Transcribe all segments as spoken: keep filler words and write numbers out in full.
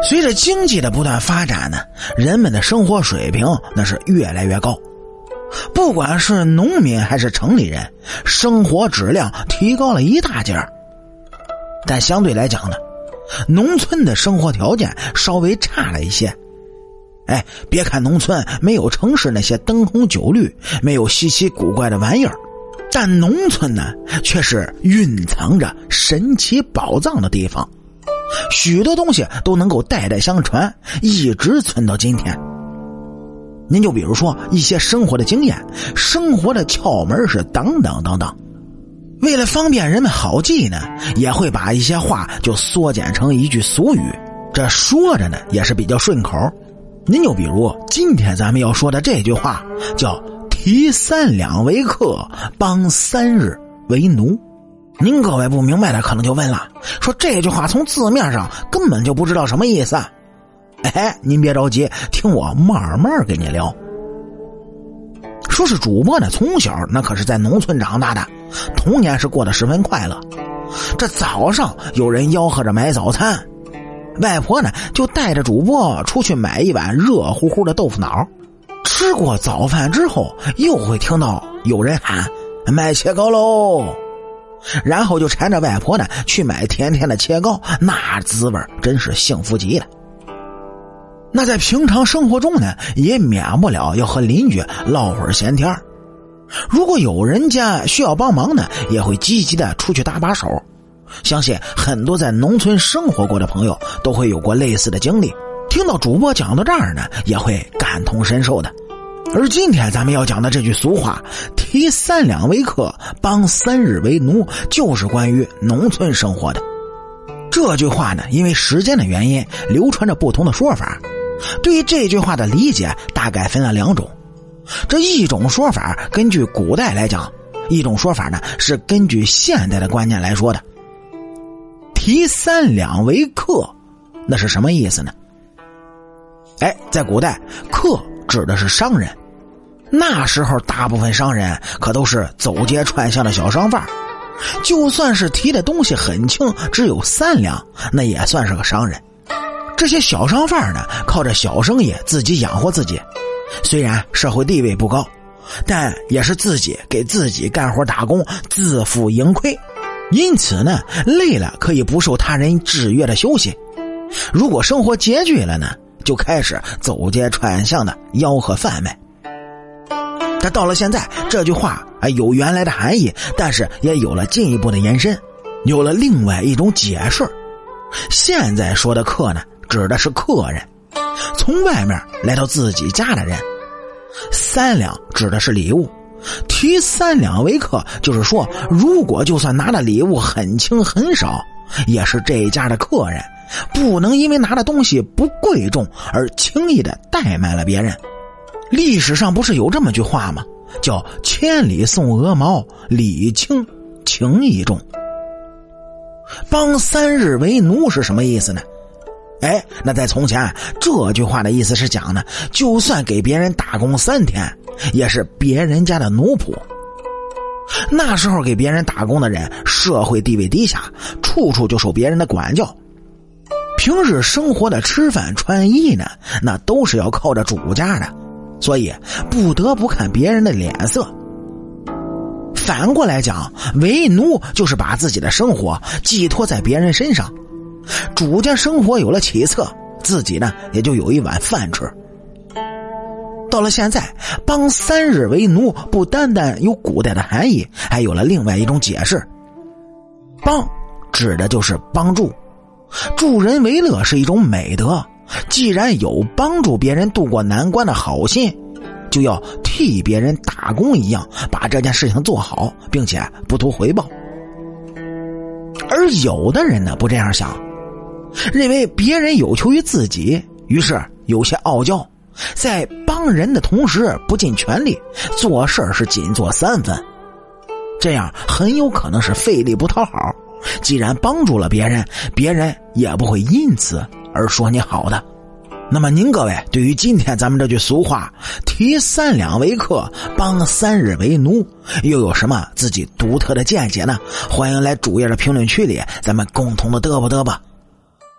随着经济的不断发展呢，人们的生活水平那是越来越高。不管是农民还是城里人，生活质量提高了一大截儿。但相对来讲呢，农村的生活条件稍微差了一些。哎，别看农村没有城市那些灯红酒绿，没有稀奇古怪的玩意儿，但农村呢，却是蕴藏着神奇宝藏的地方。许多东西都能够代代相传，一直存到今天。您就比如说一些生活的经验，生活的窍门是等等等等。为了方便人们好记呢，也会把一些话就缩减成一句俗语，这说着呢也是比较顺口。您就比如今天咱们要说的这句话，叫提三两为客，帮三日为奴。您各位不明白的可能就问了，说这句话从字面上根本就不知道什么意思。哎，您别着急，听我慢慢给你聊。说是主播呢，从小那可是在农村长大的，童年是过得十分快乐。这早上有人吆喝着买早餐，外婆呢就带着主播出去买一碗热乎乎的豆腐脑。吃过早饭之后，又会听到有人喊买切糕喽，然后就缠着外婆呢去买甜甜的切糕，那滋味真是幸福极了。那在平常生活中呢，也免不了要和邻居唠会儿闲天。如果有人家需要帮忙呢，也会积极的出去搭把手。相信很多在农村生活过的朋友都会有过类似的经历，听到主播讲到这儿呢，也会感同身受的。而今天咱们要讲的这句俗话，提三两为客，帮三日为奴，就是关于农村生活的。这句话呢，因为时间的原因，流传着不同的说法。对于这句话的理解大概分了两种。这一种说法根据古代来讲，一种说法呢是根据现代的观念来说的。提三两为客，那是什么意思呢？哎，在古代，客指的是商人。那时候大部分商人可都是走街串巷的小商贩，就算是提的东西很轻，只有三两，那也算是个商人。这些小商贩呢，靠着小生意自己养活自己，虽然社会地位不高，但也是自己给自己干活打工，自负盈亏。因此呢，累了可以不受他人制约的休息。如果生活拮据了呢，就开始走街串巷的吆喝贩卖。但到了现在，这句话有原来的含义，但是也有了进一步的延伸，有了另外一种解释。现在说的客呢，指的是客人，从外面来到自己家的人。三两指的是礼物，提三两为客，就是说如果就算拿的礼物很轻很少，也是这家的客人，不能因为拿的东西不贵重而轻易的怠慢了别人。历史上不是有这么句话吗？叫千里送鹅毛，礼轻情意重。帮三日为奴是什么意思呢？哎，那在从前，这句话的意思是讲呢，就算给别人打工三天，也是别人家的奴仆。那时候给别人打工的人社会地位低下，处处就受别人的管教。平日生活的吃饭穿衣呢，那都是要靠着主家的，所以不得不看别人的脸色。反过来讲，为奴就是把自己的生活寄托在别人身上，主家生活有了起色，自己呢也就有一碗饭吃。到了现在，帮三日为奴不单单有古代的含义，还有了另外一种解释。帮指的就是帮助，助人为乐是一种美德，既然有帮助别人度过难关的好心，就要替别人打工一样，把这件事情做好，并且不图回报。而有的人呢不这样想，认为别人有求于自己，于是有些傲娇，在帮人的同时不尽全力，做事是仅做三分，这样很有可能是费力不讨好。既然帮助了别人，别人也不会因此而说你好的。那么您各位对于今天咱们这句俗话提三两为客，帮三日为奴，又有什么自己独特的见解呢？欢迎来主页的评论区里咱们共同的嘚吧嘚吧。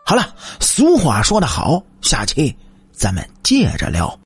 好了，俗话说得好，下期咱们接着聊。